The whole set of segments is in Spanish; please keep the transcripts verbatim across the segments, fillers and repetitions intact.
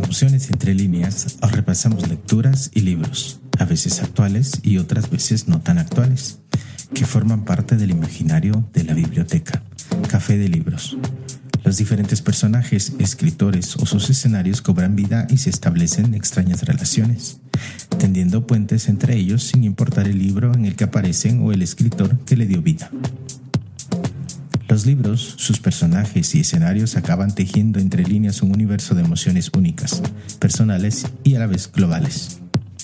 Emociones entre líneas, os repasamos lecturas y libros, a veces actuales y otras veces no tan actuales, que forman parte del imaginario de la biblioteca, Café de Libros. Los diferentes personajes, escritores o sus escenarios cobran vida y se establecen extrañas relaciones, tendiendo puentes entre ellos sin importar el libro en el que aparecen o el escritor que le dio vida. Los libros, sus personajes y escenarios acaban tejiendo entre líneas un universo de emociones únicas, personales y a la vez globales.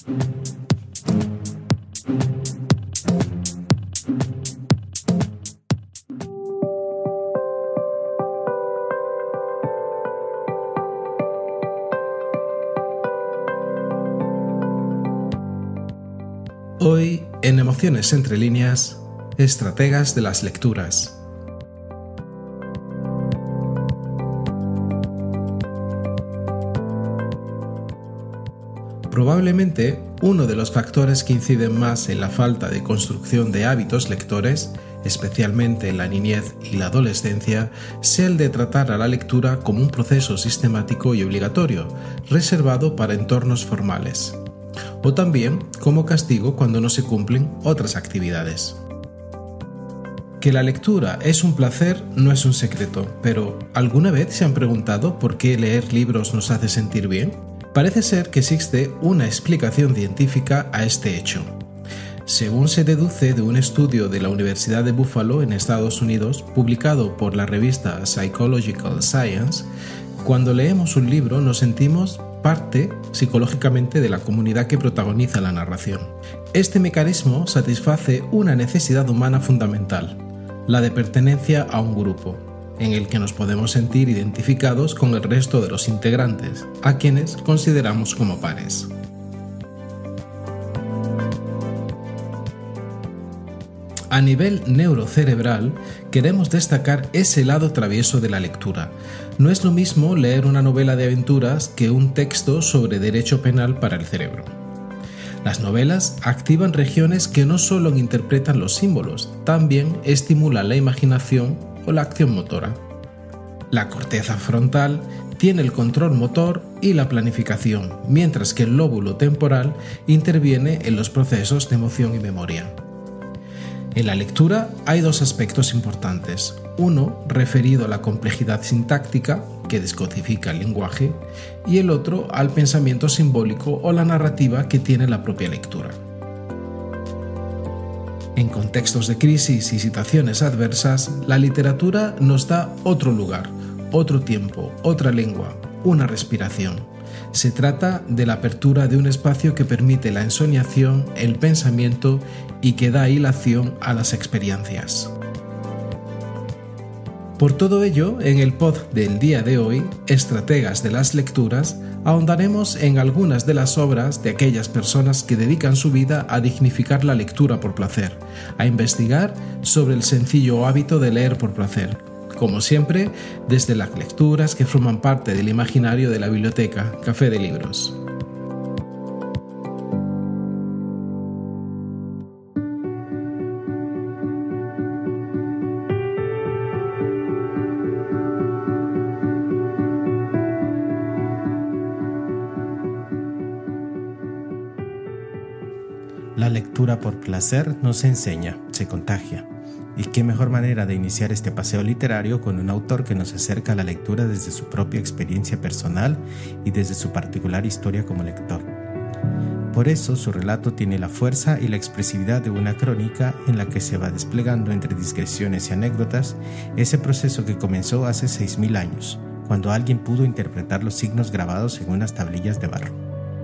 Hoy, en Emociones entre líneas, estrategas de las lecturas. Probablemente uno de los factores que inciden más en la falta de construcción de hábitos lectores, especialmente en la niñez y la adolescencia, sea el de tratar a la lectura como un proceso sistemático y obligatorio, reservado para entornos formales, o también como castigo cuando no se cumplen otras actividades. Que la lectura es un placer no es un secreto, pero ¿alguna vez se han preguntado por qué leer libros nos hace sentir bien? Parece ser que existe una explicación científica a este hecho. Según se deduce de un estudio de la Universidad de Buffalo en Estados Unidos, publicado por la revista Psychological Science, cuando leemos un libro nos sentimos parte psicológicamente de la comunidad que protagoniza la narración. Este mecanismo satisface una necesidad humana fundamental, la de pertenencia a un grupo, en el que nos podemos sentir identificados con el resto de los integrantes, a quienes consideramos como pares. A nivel neurocerebral, queremos destacar ese lado travieso de la lectura. No es lo mismo leer una novela de aventuras que un texto sobre derecho penal para el cerebro. Las novelas activan regiones que no solo interpretan los símbolos, también estimulan la imaginación o la acción motora. La corteza frontal tiene el control motor y la planificación, mientras que el lóbulo temporal interviene en los procesos de emoción y memoria. En la lectura hay dos aspectos importantes. Uno, referido a la complejidad sintáctica, que descodifica el lenguaje, y el otro al pensamiento simbólico o la narrativa que tiene la propia lectura. En contextos de crisis y situaciones adversas, la literatura nos da otro lugar, otro tiempo, otra lengua, una respiración. Se trata de la apertura de un espacio que permite la ensoñación, el pensamiento y que da hilación a las experiencias. Por todo ello, en el pod del día de hoy, Estrategas de las Lecturas, ahondaremos en algunas de las obras de aquellas personas que dedican su vida a dignificar la lectura por placer, a investigar sobre el sencillo hábito de leer por placer, como siempre, desde las lecturas que forman parte del imaginario de la biblioteca Café de Libros. La lectura por placer no se enseña, se contagia. Y qué mejor manera de iniciar este paseo literario con un autor que nos acerca a la lectura desde su propia experiencia personal y desde su particular historia como lector. Por eso su relato tiene la fuerza y la expresividad de una crónica en la que se va desplegando entre digresiones y anécdotas ese proceso que comenzó hace seis mil años, cuando alguien pudo interpretar los signos grabados en unas tablillas de barro.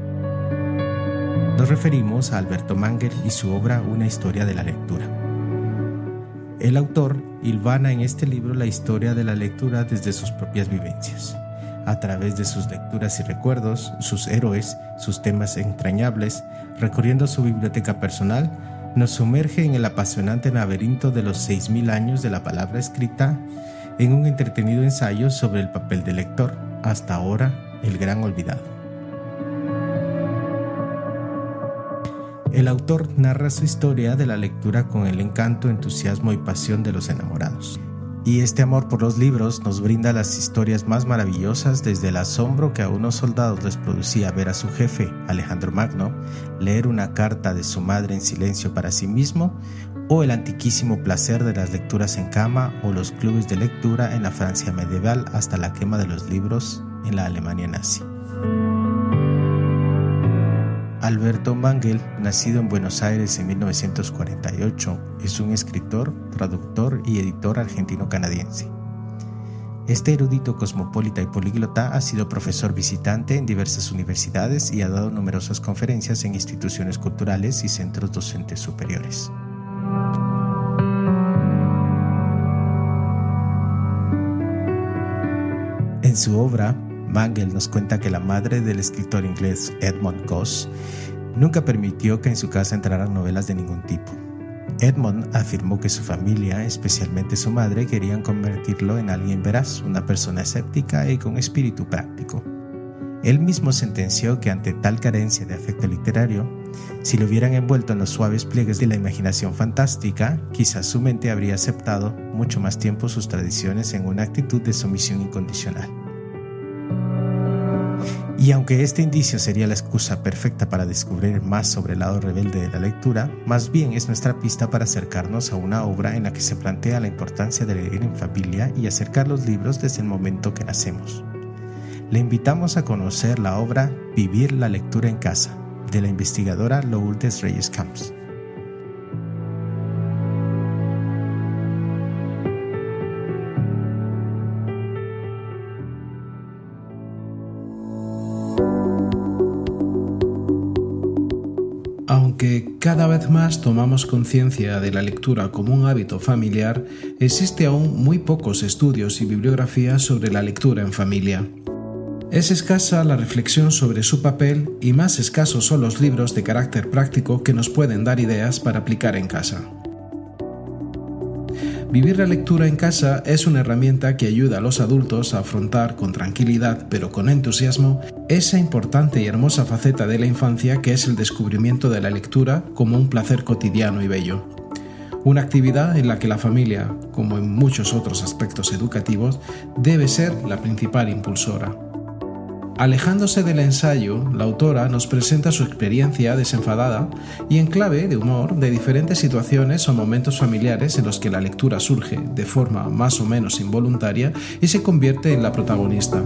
Nos referimos a Alberto Manger y su obra Una historia de la lectura. El autor hilvana en este libro la historia de la lectura desde sus propias vivencias. A través de sus lecturas y recuerdos, sus héroes, sus temas entrañables, recorriendo su biblioteca personal, nos sumerge en el apasionante laberinto de los seis mil años de la palabra escrita en un entretenido ensayo sobre el papel del lector, hasta ahora el gran olvidado. El autor narra su historia de la lectura con el encanto, entusiasmo y pasión de los enamorados. Y este amor por los libros nos brinda las historias más maravillosas, desde el asombro que a unos soldados les producía ver a su jefe, Alejandro Magno, leer una carta de su madre en silencio para sí mismo, o el antiquísimo placer de las lecturas en cama o los clubes de lectura en la Francia medieval, hasta la quema de los libros en la Alemania nazi. Alberto Mangel, nacido en Buenos Aires en mil novecientos cuarenta y ocho, es un escritor, traductor y editor argentino-canadiense. Este erudito cosmopolita y políglota ha sido profesor visitante en diversas universidades y ha dado numerosas conferencias en instituciones culturales y centros docentes superiores. En su obra, Mangel nos cuenta que la madre del escritor inglés Edmund Gosse nunca permitió que en su casa entraran novelas de ningún tipo. Edmund afirmó que su familia, especialmente su madre, querían convertirlo en alguien veraz, una persona escéptica y con espíritu práctico. Él mismo sentenció que ante tal carencia de afecto literario, si lo hubieran envuelto en los suaves pliegues de la imaginación fantástica, quizás su mente habría aceptado mucho más tiempo sus tradiciones en una actitud de sumisión incondicional. Y aunque este indicio sería la excusa perfecta para descubrir más sobre el lado rebelde de la lectura, más bien es nuestra pista para acercarnos a una obra en la que se plantea la importancia de leer en familia y acercar los libros desde el momento que nacemos. Le invitamos a conocer la obra Vivir la lectura en casa, de la investigadora Lourdes Reyes Camps. Aunque cada vez más tomamos conciencia de la lectura como un hábito familiar, existe aún muy pocos estudios y bibliografías sobre la lectura en familia. Es escasa la reflexión sobre su papel y más escasos son los libros de carácter práctico que nos pueden dar ideas para aplicar en casa. Vivir la lectura en casa es una herramienta que ayuda a los adultos a afrontar con tranquilidad, pero con entusiasmo, esa importante y hermosa faceta de la infancia que es el descubrimiento de la lectura como un placer cotidiano y bello. Una actividad en la que la familia, como en muchos otros aspectos educativos, debe ser la principal impulsora. Alejándose del ensayo, la autora nos presenta su experiencia desenfadada y en clave de humor de diferentes situaciones o momentos familiares en los que la lectura surge de forma más o menos involuntaria y se convierte en la protagonista.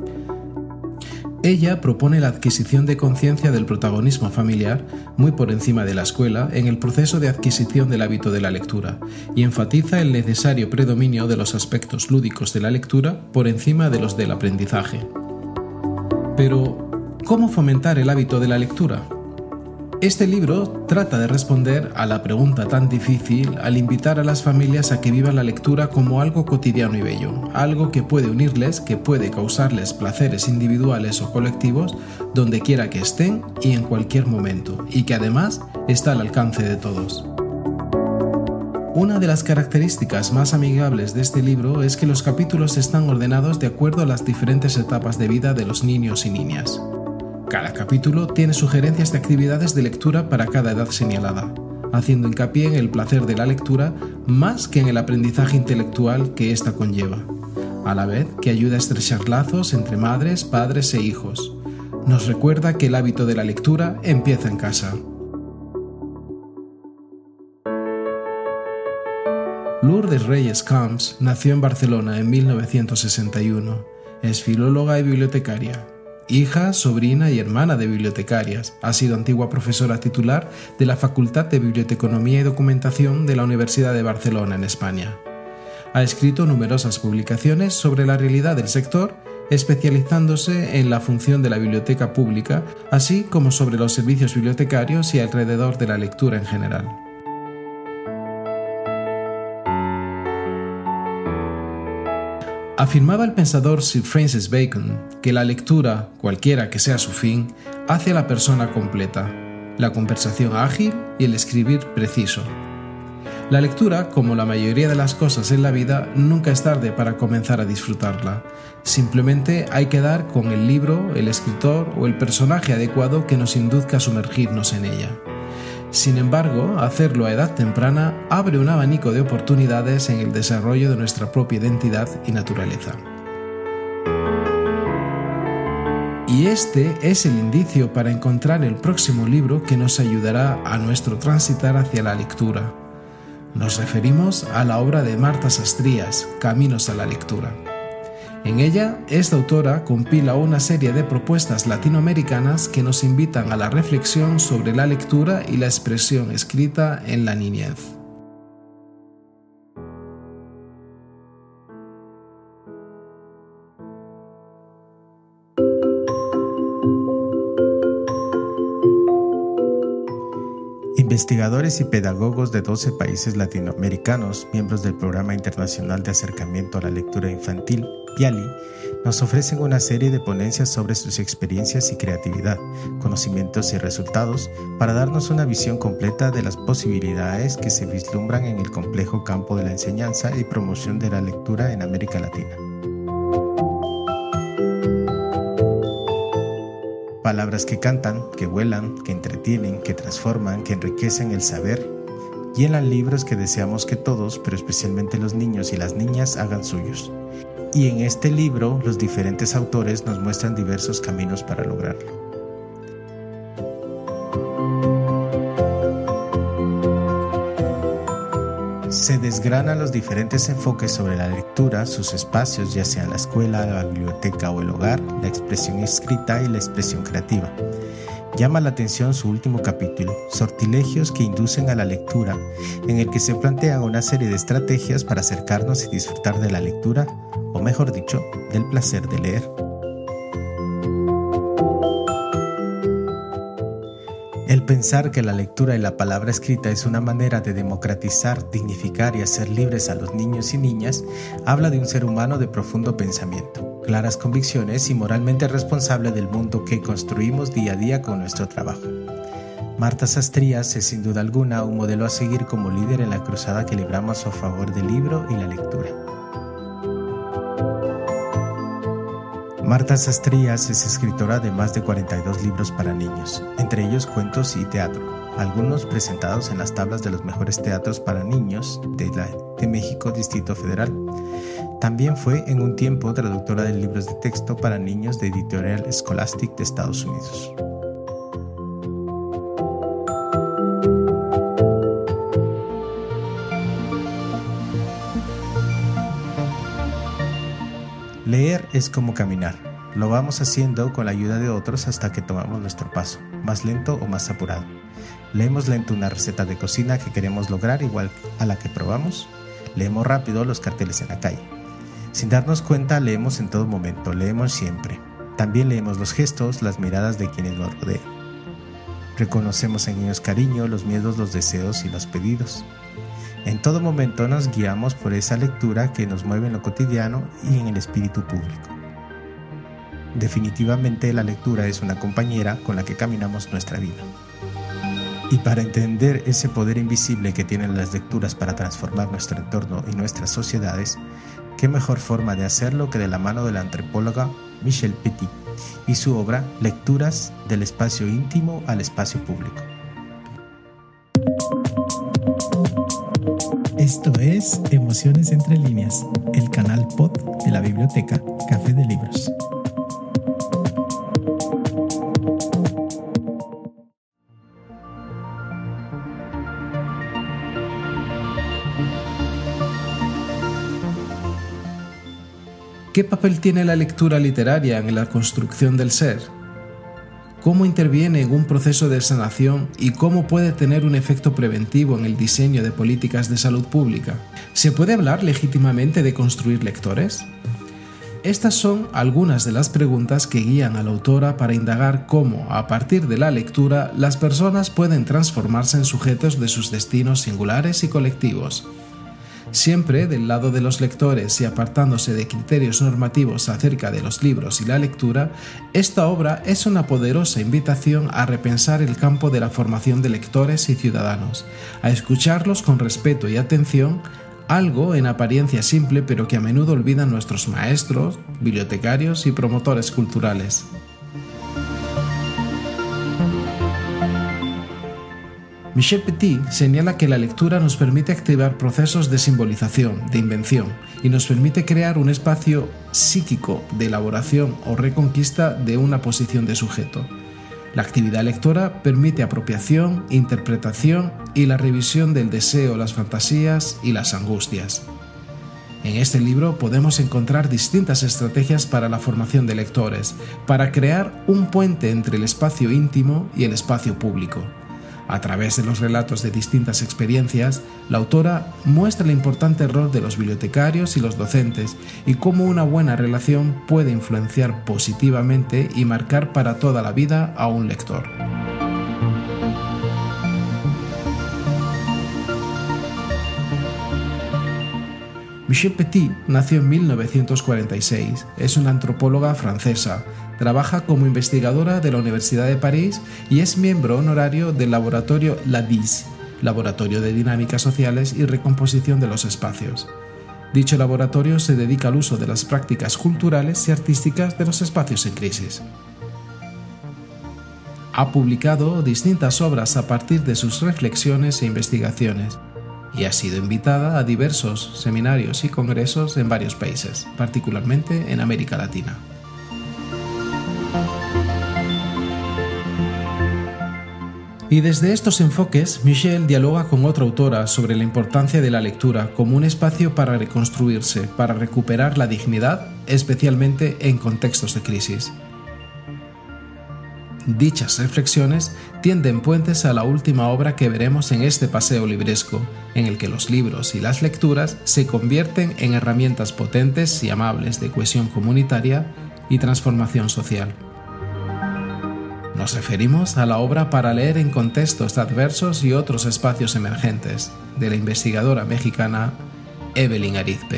Ella propone la adquisición de conciencia del protagonismo familiar, muy por encima de la escuela, en el proceso de adquisición del hábito de la lectura, y enfatiza el necesario predominio de los aspectos lúdicos de la lectura por encima de los del aprendizaje. Pero, ¿cómo fomentar el hábito de la lectura? Este libro trata de responder a la pregunta tan difícil al invitar a las familias a que vivan la lectura como algo cotidiano y bello, algo que puede unirles, que puede causarles placeres individuales o colectivos donde quiera que estén y en cualquier momento, y que además está al alcance de todos. Una de las características más amigables de este libro es que los capítulos están ordenados de acuerdo a las diferentes etapas de vida de los niños y niñas. Cada capítulo tiene sugerencias de actividades de lectura para cada edad señalada, haciendo hincapié en el placer de la lectura más que en el aprendizaje intelectual que ésta conlleva, a la vez que ayuda a estrechar lazos entre madres, padres e hijos. Nos recuerda que el hábito de la lectura empieza en casa. Lourdes Reyes Camps nació en Barcelona en mil novecientos sesenta y uno. Es filóloga y bibliotecaria. Hija, sobrina y hermana de bibliotecarias, ha sido antigua profesora titular de la Facultad de Biblioteconomía y Documentación de la Universidad de Barcelona, en España. Ha escrito numerosas publicaciones sobre la realidad del sector, especializándose en la función de la biblioteca pública, así como sobre los servicios bibliotecarios y alrededor de la lectura en general. Afirmaba el pensador Sir Francis Bacon que la lectura, cualquiera que sea su fin, hace a la persona completa, la conversación ágil y el escribir preciso. La lectura, como la mayoría de las cosas en la vida, nunca es tarde para comenzar a disfrutarla. Simplemente hay que dar con el libro, el escritor o el personaje adecuado que nos induzca a sumergirnos en ella. Sin embargo, hacerlo a edad temprana abre un abanico de oportunidades en el desarrollo de nuestra propia identidad y naturaleza. Y este es el indicio para encontrar el próximo libro que nos ayudará a nuestro transitar hacia la lectura. Nos referimos a la obra de Marta Sastrías, Caminos a la lectura. En ella, esta autora compila una serie de propuestas latinoamericanas que nos invitan a la reflexión sobre la lectura y la expresión escrita en la niñez. Investigadores y pedagogos de doce países latinoamericanos, miembros del Programa Internacional de Acercamiento a la Lectura Infantil, PIALI, nos ofrecen una serie de ponencias sobre sus experiencias y creatividad, conocimientos y resultados para darnos una visión completa de las posibilidades que se vislumbran en el complejo campo de la enseñanza y promoción de la lectura en América Latina. Palabras que cantan, que vuelan, que entretienen, que transforman, que enriquecen el saber, llenan libros que deseamos que todos, pero especialmente los niños y las niñas, hagan suyos. Y en este libro, los diferentes autores nos muestran diversos caminos para lograrlo. Se desgranan los diferentes enfoques sobre la lectura, sus espacios, ya sea la escuela, la biblioteca o el hogar, la expresión escrita y la expresión creativa. Llama la atención su último capítulo, Sortilegios que inducen a la lectura, en el que se plantean una serie de estrategias para acercarnos y disfrutar de la lectura, o mejor dicho, del placer de leer. El pensar que la lectura y la palabra escrita es una manera de democratizar, dignificar y hacer libres a los niños y niñas, habla de un ser humano de profundo pensamiento, claras convicciones y moralmente responsable del mundo que construimos día a día con nuestro trabajo. Marta Sastrías es sin duda alguna un modelo a seguir como líder en la cruzada que libramos a favor del libro y la lectura. Marta Sastrías es escritora de más de cuarenta y dos libros para niños, entre ellos cuentos y teatro, algunos presentados en las tablas de los mejores teatros para niños de, la, de México, Distrito Federal. También fue en un tiempo traductora de libros de texto para niños de Editorial Scholastic de Estados Unidos. Leer es como caminar. Lo vamos haciendo con la ayuda de otros hasta que tomamos nuestro paso, más lento o más apurado. Leemos lento una receta de cocina que queremos lograr igual a la que probamos. Leemos rápido los carteles en la calle. Sin darnos cuenta, leemos en todo momento, leemos siempre. También leemos los gestos, las miradas de quienes nos rodean. Reconocemos en ellos cariño, los miedos, los deseos y los pedidos. En todo momento nos guiamos por esa lectura que nos mueve en lo cotidiano y en el espíritu público. Definitivamente la lectura es una compañera con la que caminamos nuestra vida. Y para entender ese poder invisible que tienen las lecturas para transformar nuestro entorno y nuestras sociedades, qué mejor forma de hacerlo que de la mano de la antropóloga Michelle Petit y su obra Lecturas del espacio íntimo al espacio público. Esto es Emociones Entre Líneas, el canal pod de la biblioteca Café de Libros. ¿Qué papel tiene la lectura literaria en la construcción del ser? ¿Cómo interviene en un proceso de sanación y cómo puede tener un efecto preventivo en el diseño de políticas de salud pública? ¿Se puede hablar legítimamente de construir lectores? Estas son algunas de las preguntas que guían a la autora para indagar cómo, a partir de la lectura, las personas pueden transformarse en sujetos de sus destinos singulares y colectivos. Siempre del lado de los lectores y apartándose de criterios normativos acerca de los libros y la lectura, esta obra es una poderosa invitación a repensar el campo de la formación de lectores y ciudadanos, a escucharlos con respeto y atención, algo en apariencia simple pero que a menudo olvidan nuestros maestros, bibliotecarios y promotores culturales. Michel Petit señala que la lectura nos permite activar procesos de simbolización, de invención, y nos permite crear un espacio psíquico de elaboración o reconquista de una posición de sujeto. La actividad lectora permite apropiación, interpretación y la revisión del deseo, las fantasías y las angustias. En este libro podemos encontrar distintas estrategias para la formación de lectores, para crear un puente entre el espacio íntimo y el espacio público. A través de los relatos de distintas experiencias, la autora muestra el importante rol de los bibliotecarios y los docentes y cómo una buena relación puede influenciar positivamente y marcar para toda la vida a un lector. Michel Petit nació en mil novecientos cuarenta y seis, es una antropóloga francesa, trabaja como investigadora de la Universidad de París y es miembro honorario del laboratorio LADIS, Laboratorio de Dinámicas Sociales y Recomposición de los Espacios. Dicho laboratorio se dedica al uso de las prácticas culturales y artísticas de los espacios en crisis. Ha publicado distintas obras a partir de sus reflexiones e investigaciones, y ha sido invitada a diversos seminarios y congresos en varios países, particularmente en América Latina. Y desde estos enfoques, Michel dialoga con otra autora sobre la importancia de la lectura como un espacio para reconstruirse, para recuperar la dignidad, especialmente en contextos de crisis. Dichas reflexiones tienden puentes a la última obra que veremos en este paseo libresco, en el que los libros y las lecturas se convierten en herramientas potentes y amables de cohesión comunitaria y transformación social. Nos referimos a la obra Para leer en contextos adversos y otros espacios emergentes, de la investigadora mexicana Evelyn Arizpe.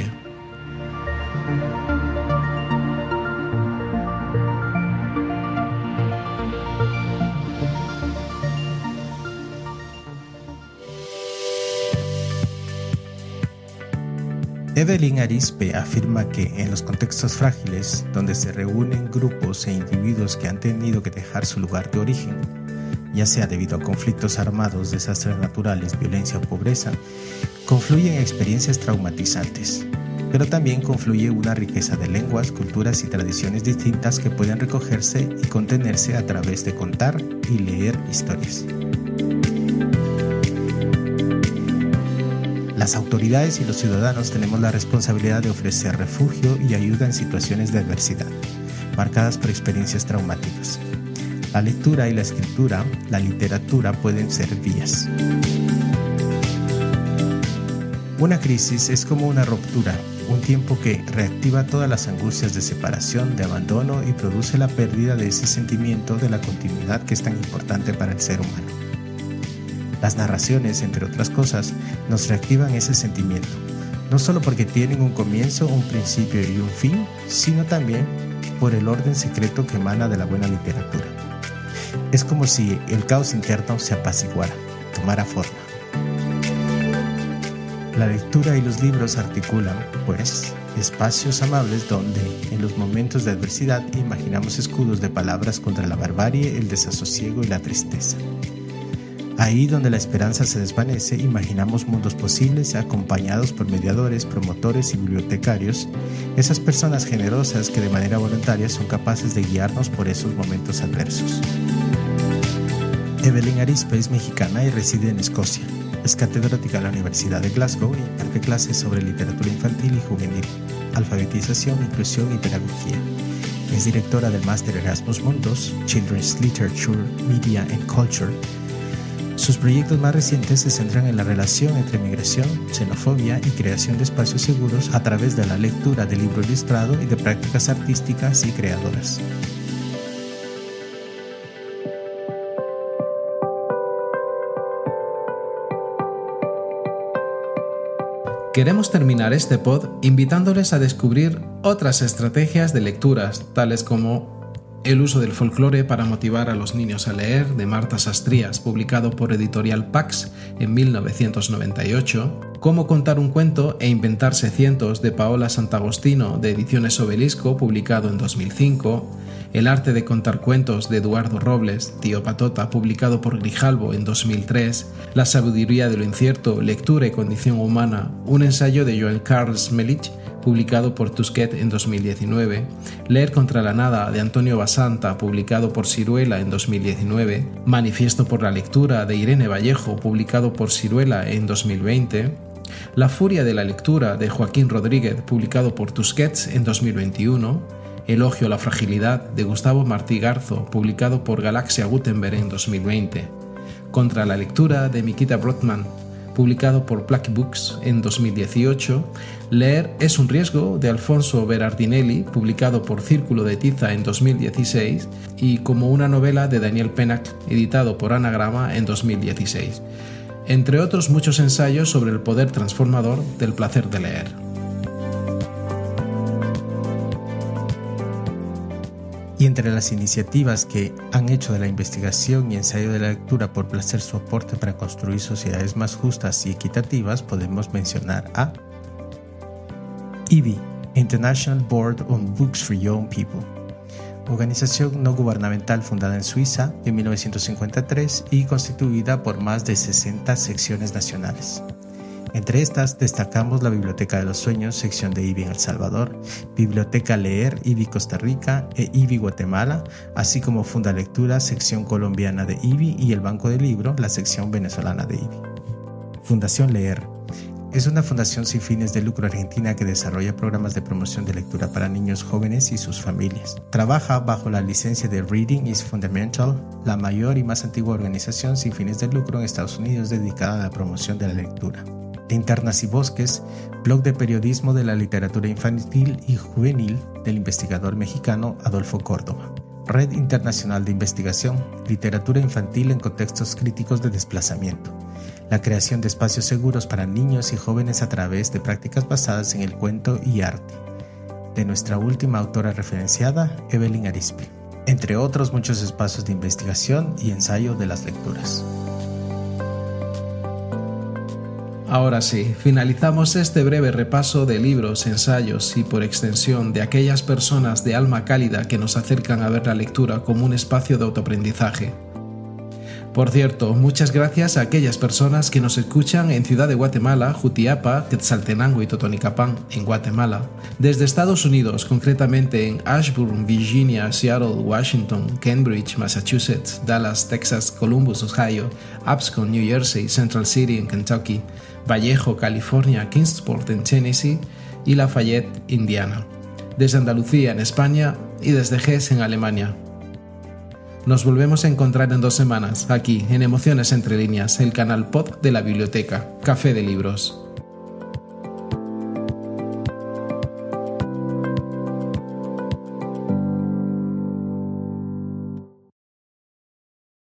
Evelyn Arizpe afirma que en los contextos frágiles, donde se reúnen grupos e individuos que han tenido que dejar su lugar de origen, ya sea debido a conflictos armados, desastres naturales, violencia o pobreza, confluyen experiencias traumatizantes, pero también confluye una riqueza de lenguas, culturas y tradiciones distintas que pueden recogerse y contenerse a través de contar y leer historias. Las autoridades y los ciudadanos tenemos la responsabilidad de ofrecer refugio y ayuda en situaciones de adversidad, marcadas por experiencias traumáticas. La lectura y la escritura, la literatura pueden ser vías. Una crisis es como una ruptura, un tiempo que reactiva todas las angustias de separación, de abandono y produce la pérdida de ese sentimiento de la continuidad que es tan importante para el ser humano. Las narraciones, entre otras cosas, nos reactivan ese sentimiento, no solo porque tienen un comienzo, un principio y un fin, sino también por el orden secreto que emana de la buena literatura. Es como si el caos interno se apaciguara, tomara forma. La lectura y los libros articulan, pues, espacios amables donde, en los momentos de adversidad, imaginamos escudos de palabras contra la barbarie, el desasosiego y la tristeza. Ahí donde la esperanza se desvanece, imaginamos mundos posibles acompañados por mediadores, promotores y bibliotecarios, esas personas generosas que de manera voluntaria son capaces de guiarnos por esos momentos adversos. Evelyn Arizpe es mexicana y reside en Escocia. Es catedrática de la Universidad de Glasgow y imparte clases sobre literatura infantil y juvenil, alfabetización, inclusión y pedagogía. Es directora del máster Erasmus Mundus, Children's Literature, Media and Culture. Sus proyectos más recientes se centran en la relación entre migración, xenofobia y creación de espacios seguros a través de la lectura de libro ilustrado y de prácticas artísticas y creadoras. Queremos terminar este pod invitándoles a descubrir otras estrategias de lecturas, tales como El uso del folclore para motivar a los niños a leer, de Marta Sastrías, publicado por Editorial Pax en mil novecientos noventa y ocho, Cómo contar un cuento e inventarse cientos de Paola Santagostino de Ediciones Obelisco, publicado en dos mil cinco, El arte de contar cuentos de Eduardo Robles, Tío Patota, publicado por Grijalbo en dos mil tres, La sabiduría de lo incierto, lectura y condición humana, un ensayo de Joan Carles Melich, publicado por Tusquet en dos mil diecinueve, Leer contra la nada de Antonio Basanta, publicado por Siruela en dos mil diecinueve, Manifiesto por la lectura de Irene Vallejo, publicado por Siruela en dos mil veinte, La furia de la lectura de Joaquín Rodríguez, publicado por Tusquets en dos mil veintiuno, Elogio a la fragilidad de Gustavo Martí Garzo, publicado por Galaxia Gutenberg en dos mil veinte, Contra la lectura de Mikita Brodman, publicado por Black Books en dos mil dieciocho, Leer es un riesgo de Alfonso Berardinelli, publicado por Círculo de Tiza en dos mil dieciséis, y Como una novela de Daniel Pennac, editado por Anagrama en dos mil dieciséis, entre otros muchos ensayos sobre el poder transformador del placer de leer. Y entre las iniciativas que han hecho de la investigación y ensayo de la lectura por placer su aporte para construir sociedades más justas y equitativas, podemos mencionar a I B I, International Board on Books for Young People, organización no gubernamental fundada en Suiza en mil novecientos cincuenta y tres y constituida por más de sesenta secciones nacionales. Entre estas destacamos la Biblioteca de los Sueños, sección de I B I en El Salvador, Biblioteca Leer, I B I Costa Rica e I B I Guatemala, así como Funda Lectura, sección colombiana de I B I, y el Banco del Libro, la sección venezolana de I B I. Fundación Leer es una fundación sin fines de lucro argentina que desarrolla programas de promoción de lectura para niños, jóvenes y sus familias. Trabaja bajo la licencia de Reading is Fundamental, la mayor y más antigua organización sin fines de lucro en Estados Unidos dedicada a la promoción de la lectura. Linternas y Bosques, blog de periodismo de la literatura infantil y juvenil del investigador mexicano Adolfo Córdoba. Red Internacional de Investigación, literatura infantil en contextos críticos de desplazamiento. La creación de espacios seguros para niños y jóvenes a través de prácticas basadas en el cuento y arte. De nuestra última autora referenciada, Evelyn Arizpe. Entre otros muchos espacios de investigación y ensayo de las lecturas. Ahora sí, finalizamos este breve repaso de libros, ensayos y, por extensión, de aquellas personas de alma cálida que nos acercan a ver la lectura como un espacio de autoaprendizaje. Por cierto, muchas gracias a aquellas personas que nos escuchan en Ciudad de Guatemala, Jutiapa, Quetzaltenango y Totonicapán, en Guatemala, desde Estados Unidos, concretamente en Ashburn, Virginia, Seattle, Washington, Cambridge, Massachusetts, Dallas, Texas, Columbus, Ohio, Abscon, New Jersey, Central City en Kentucky, Vallejo, California, Kingsport en Tennessee y Lafayette, Indiana, desde Andalucía en España y desde Hesse en Alemania. Nos volvemos a encontrar en dos semanas, aquí, en Emociones Entre Líneas, el canal pod de la biblioteca, Café de Libros.